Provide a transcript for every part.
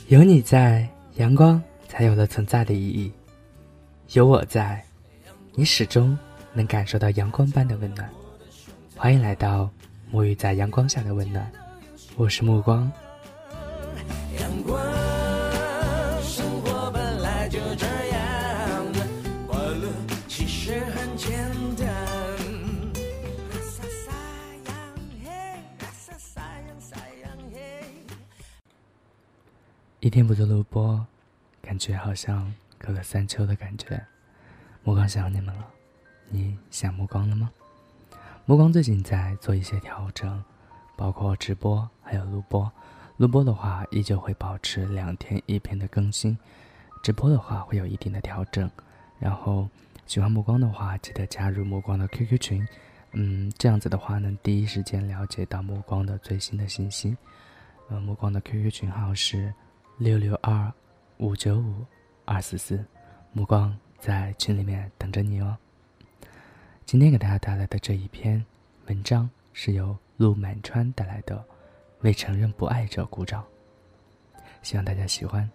有你在，阳光才有了存在的意义。有我在，你始终能感受到阳光般的温暖。欢迎来到沐浴在阳光下的温暖，我是暮光。 阳光，生活本来就这样，快乐其实很简单。 一天不做录播，感觉好像隔了3秋的感觉。暮光想你们了，你想暮光了吗？暮光最近在做一些调整，包括直播还有录播。录播的话依旧会保持2天1篇的更新，直播的话会有一定的调整。然后喜欢暮光的话，记得加入暮光的 QQ 群，这样子的话能第一时间了解到暮光的最新的信息。暮光的 QQ 群号是662-595-244，暮光在群里面等着你哦。今天给大家带来的这一篇文章是由陆满川带来的，为承认不爱者鼓掌，希望大家喜欢。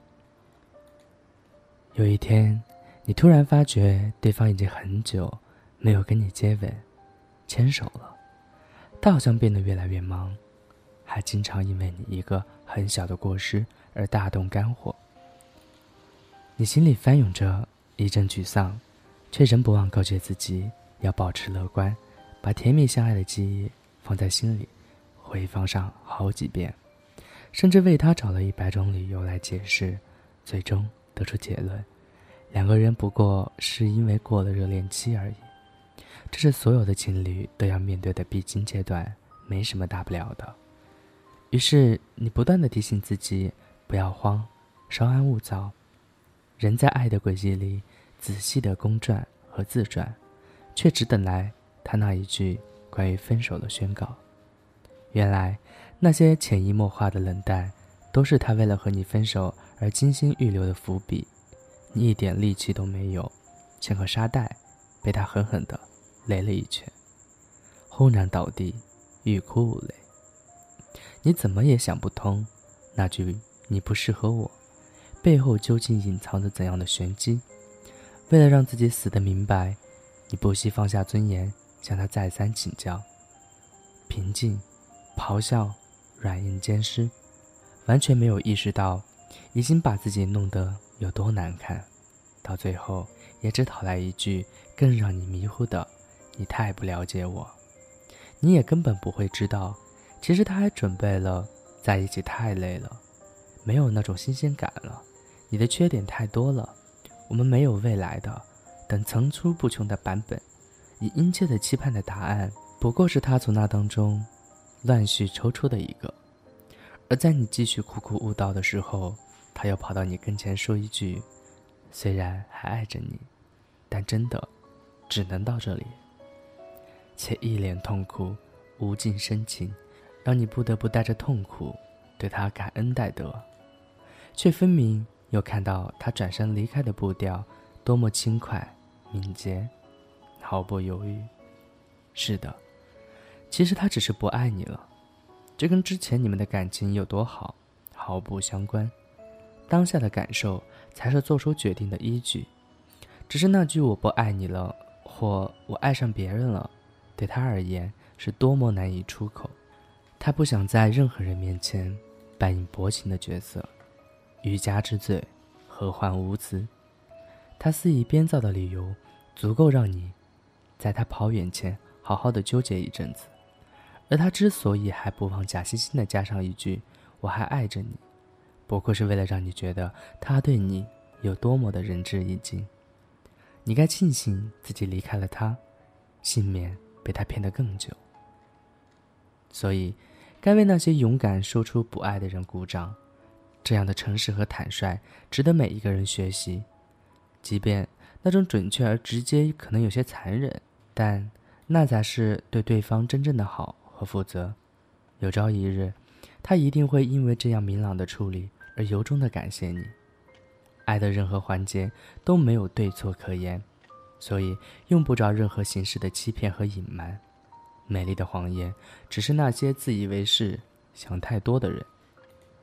有一天，你突然发觉对方已经很久没有跟你接吻、牵手了，他好像变得越来越忙，还经常因为你一个很小的过失而大动肝火。你心里翻涌着一阵沮丧，却仍不忘告诫自己要保持乐观，把甜蜜相爱的记忆放在心里，回放上好几遍，甚至为他找了100种理由来解释，最终得出结论，2个人不过是因为过了热恋期而已。这是所有的情侣都要面对的必经阶段，没什么大不了的。于是你不断地提醒自己不要慌，稍安勿躁，人在爱的轨迹里仔细地公转和自转，却只等来他那一句关于分手的宣告。原来那些潜移默化的冷淡，都是他为了和你分手而精心预留的伏笔。你一点力气都没有，像个沙袋被他狠狠地擂了一拳，轰然倒地，欲哭无泪。你怎么也想不通，那句你不适合我背后究竟隐藏着怎样的玄机。为了让自己死得明白，你不惜放下尊严向他再三请教，平静、咆哮、软硬兼施，完全没有意识到已经把自己弄得有多难看，到最后也只讨来一句更让你迷糊的你太不了解我。你也根本不会知道，其实他还准备了在一起太累了，没有那种新鲜感了，你的缺点太多了，我们没有未来的等层出不穷的版本。你殷切的期盼的答案不过是他从那当中乱序抽出的一个。而在你继续苦苦悟道的时候，他又跑到你跟前说一句，虽然还爱着你，但真的只能到这里，且一脸痛苦无尽深情，让你不得不带着痛苦对他感恩戴德，却分明又看到他转身离开的步调多么轻快敏捷，毫不犹豫。是的，其实他只是不爱你了，这跟之前你们的感情有多好毫不相关，当下的感受才是做出决定的依据。只是那句我不爱你了，或我爱上别人了，对他而言是多么难以出口。他不想在任何人面前扮演薄情的角色，欲加之罪，何患无辞。他肆意编造的理由足够让你在他跑远前好好的纠结一阵子。而他之所以还不忘假惺惺地加上一句我还爱着你，不过是为了让你觉得他对你有多么的仁至义尽。你该庆幸自己离开了他，幸免被他骗得更久。所以该为那些勇敢说出不爱的人鼓掌，这样的诚实和坦率值得每一个人学习。即便那种准确而直接可能有些残忍，但那才是对对方真正的好和负责。有朝一日，他一定会因为这样明朗的处理而由衷地感谢你。爱的任何环节都没有对错可言，所以用不着任何形式的欺骗和隐瞒。美丽的谎言只是那些自以为是想太多的人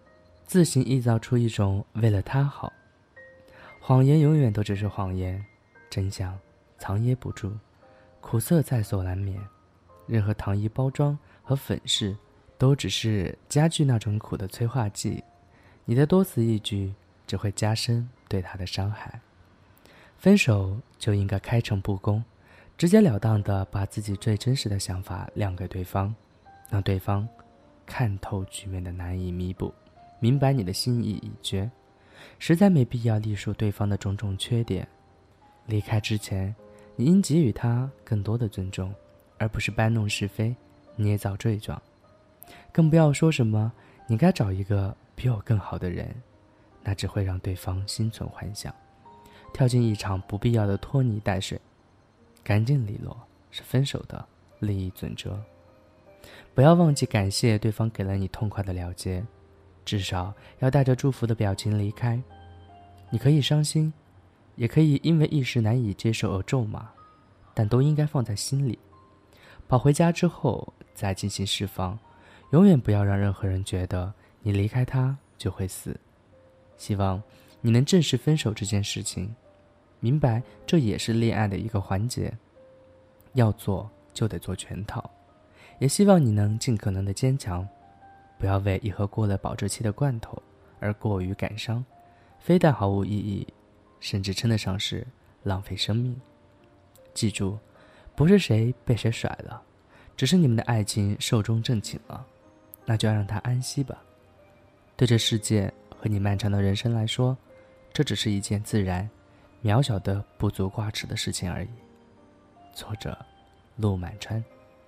自行臆造出一种为了他好。谎言永远都只是谎言，真相藏掖不住，苦涩在所难免。任何糖衣包装和粉饰都只是加剧那种苦的催化剂，你的多此一举只会加深对他的伤害。分手就应该开诚布公，直截了当地把自己最真实的想法亮给对方，让对方看透局面的难以弥补，明白你的心意已决。实在没必要历述对方的种种缺点。离开之前，你应给予他更多的尊重，而不是搬弄是非，捏造罪状。更不要说什么你该找一个比我更好的人，那只会让对方心存幻想，跳进一场不必要的拖泥带水。干净利落是分手的利益准则。不要忘记感谢对方给了你痛快的了结，至少要带着祝福的表情离开。你可以伤心，也可以因为一时难以接受而咒骂，但都应该放在心里。跑回家之后再进行释放，永远不要让任何人觉得你离开他就会死。希望你能正视分手这件事情，明白这也是恋爱的一个环节，要做就得做全套。也希望你能尽可能的坚强，不要为一盒过了保质期的罐头而过于感伤，非但毫无意义，甚至称得上是浪费生命。记住，不是谁被谁甩了，只是你们的爱情寿终正寝了，那就要让它安息吧。对这世界和你漫长的人生来说，这只是一件自然渺小的不足挂齿的事情而已。作者陆满川。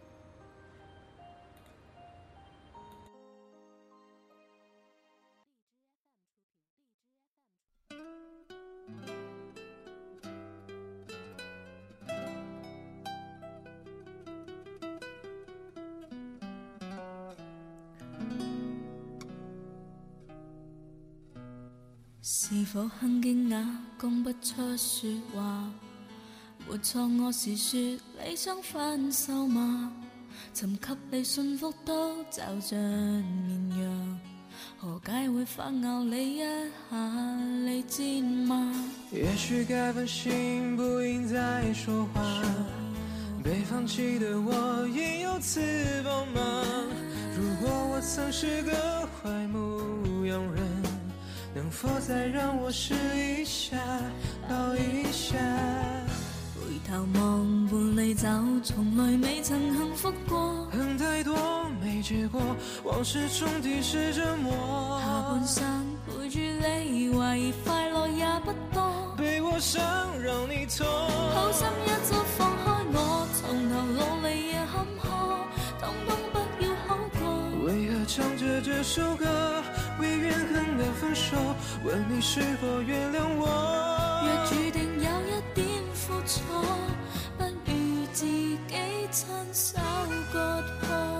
是否很驚訝，講不出說話？沒錯，我是說理想分手嗎？尋給你幸福都找盡綿羊，何解會反咬你一下？你知嗎？ 也許該反省，不應再說話。被放棄的我也有此寶嗎？如果我曾是個壞牧羊人，能否再讓我試一下，抱一下？ 回頭望伴你走，從來未曾幸福過。 恨太多沒結果，往事重提是折磨。 下半生陪住你，懷疑快樂也不多。 被我傷讓你痛， 好心一早放開我，從頭努力也坎坷，通通不要好過。 為何唱着這首歌，為怨恨而分手？問你是否原諒我？ 若注定有一點付錯，不如自己親手割破。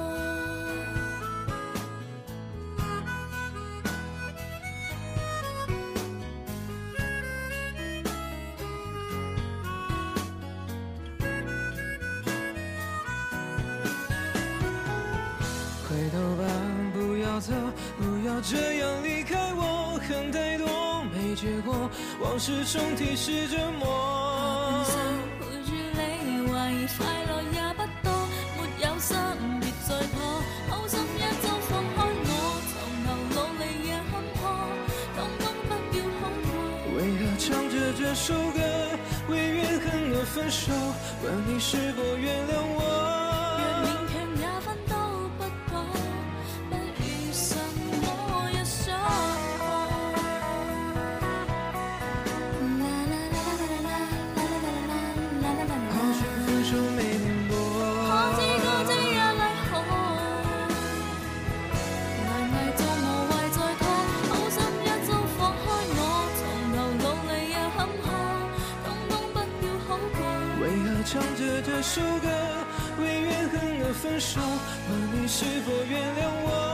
回頭吧，不要走，不要這樣離開我，恨太多沒結果，往事重提是折磨。 下半生陪住你，懷疑快樂也不多，沒有心別再拖，好心一早放開我，從頭努力也坎坷，通通不要好過。 為何唱着這首歌，為怨恨而分手？問你是否原諒我？唱着這首歌，為怨恨而分手，問你是否原諒我？